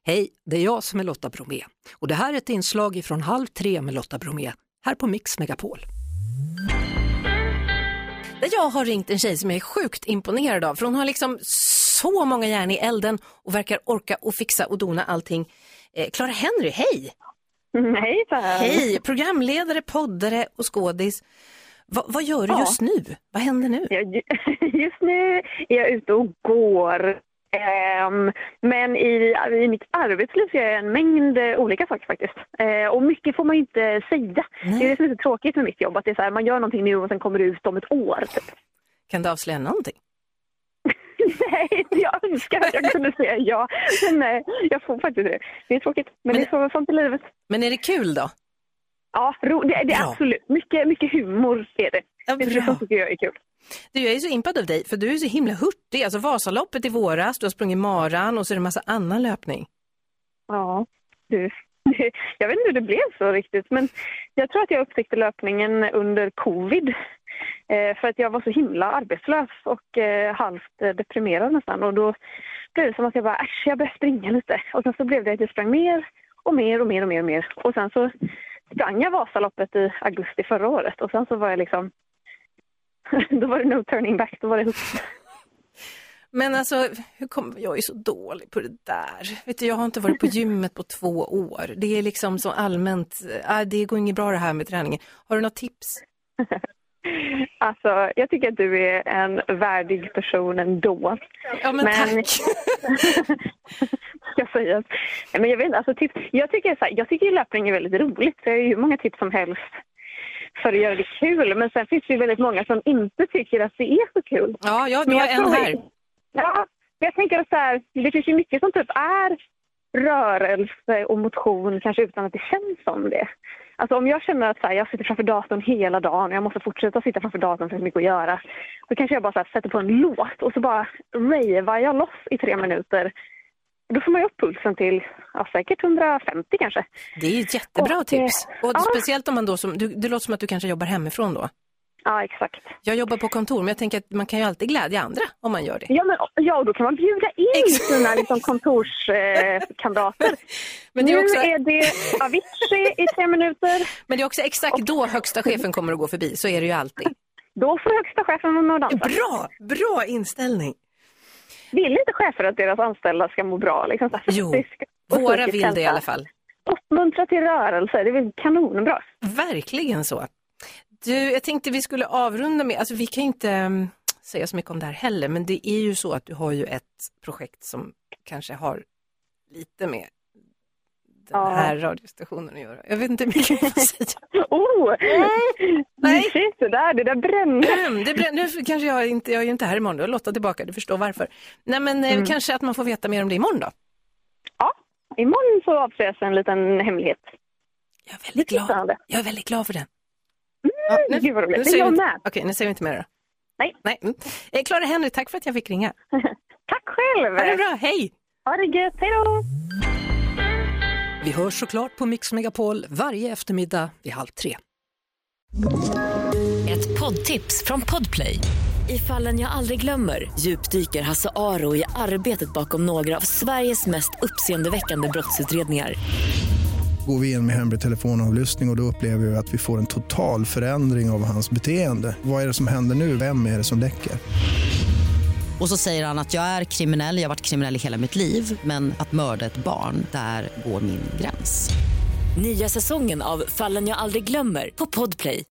Hej, det är jag som är Lotta Bromé. Och det här är ett inslag från 2:30 med Lotta Bromé, här på Mix Megapol. Jag har ringt en tjej som jag är sjukt imponerad av. För hon har liksom så många järn i elden och verkar orka och fixa och dona allting. Clara Henry, hej! Hej, hej, programledare, poddare och skådis. Vad gör du just nu? Vad händer nu? Just nu är jag ute och går. Men i mitt arbetsliv så gör jag en mängd olika saker faktiskt. Och mycket får man ju inte säga. Nej. Det är det som är så tråkigt med mitt jobb. Att det är så här, man gör någonting nu och sen kommer det ut om ett år. Typ. Kan du avslöja någonting? Nej, jag önskar att jag kunde säga ja. Men nej, jag får faktiskt det. Det är tråkigt, men det är sånt i livet. Men är det kul då? Ja, det är absolut. Mycket humor är det. Ja, det tycker jag är kul. Du, jag är så impad av dig, för du är så himla hurtig. Alltså Vasaloppet i våras, du har sprungit maran och så är det en massa annan löpning. Ja, jag vet inte hur det blev så riktigt. Men jag tror att jag upptäckte löpningen under covid. För att jag var så himla arbetslös och halvt deprimerad nästan. Och då blev det som att jag bara, jag började springa lite. Och sen så blev det att jag sprang mer. Och sen så sprang jag Vasaloppet i augusti förra året. Och sen så var jag liksom... Då var det no turning back, då var det upp. Men alltså, jag är så dålig på det där. Vet du, jag har inte varit på gymmet på 2 år. Det är liksom så allmänt, det går inget bra det här med träningen. Har du något tips? Alltså, jag tycker att du är en värdig person ändå. Ja, men tack. Ska säga. Men jag vet inte, alltså tips. Jag tycker löpning är väldigt roligt. Så jag har ju hur många tips som helst för att göra det kul. Men sen finns det ju väldigt många som inte tycker att det är så kul. Ja, vi har en här. Ja, jag tänker att så här, det finns ju mycket som typ är rörelse och motion kanske utan att det känns som det. Alltså om jag känner att så här, jag sitter framför datorn hela dagen och jag måste fortsätta sitta framför datorn för mycket att göra. Då kanske jag bara så här, sätter på en låt och så bara ravar jag loss i 3 minuter. Då får man ju upp pulsen till säkert 150 kanske. Det är ju ett jättebra tips. Och speciellt om man då, det låter som att du kanske jobbar hemifrån då. Ja, exakt. Jag jobbar på kontor, men jag tänker att man kan ju alltid glädja andra om man gör det. Ja, då kan man bjuda in sina liksom, kontorskamrater. Men det är också... Nu är det Avicii i 3 minuter. Men det är också exakt då högsta chefen kommer att gå förbi, så är det ju alltid. Då får högsta chefen vara med och dansa. Bra inställning. Vill inte chefer att deras anställda ska må bra? Liksom, så jo, våra vill det i alla fall. Uppmuntra till rörelse, det är väl kanonbra. Verkligen så. Du, jag tänkte vi skulle avrunda med, alltså vi kan inte säga så mycket om det här heller, men det är ju så att du har ju ett projekt som kanske har lite med den här radiostationen att göra. Jag vet inte hur mycket jag får säga. Nej. Det där bränner. Nu kanske jag är ju inte här imorgon, jag låter tillbaka, du förstår varför. Nej, men kanske att man får veta mer om det imorgon då. Ja, imorgon så avslöjas en liten hemlighet. Jag är väldigt glad för den. Nu säger vi med. Okej, nu säger vi inte mer då. Nej. Clara Henry, tack för att jag fick ringa. Tack själv. Ha det bra, hej. Ha det gött, hej då. Vi hörs såklart på Mix Megapol varje eftermiddag vid 2:30. Ett poddtips från Podplay. I Fallen jag aldrig glömmer djupdyker Hasse Aro i arbetet bakom några av Sveriges mest uppseendeväckande brottsutredningar. Går vi in med hemlig telefonavlyssning och då upplever vi att vi får en total förändring av hans beteende. Vad är det som händer nu? Vem är det som läcker? Och så säger han att jag är kriminell, jag har varit kriminell i hela mitt liv. Men att mörda ett barn, där går min gräns. Nya säsongen av Fallen jag aldrig glömmer på Podplay.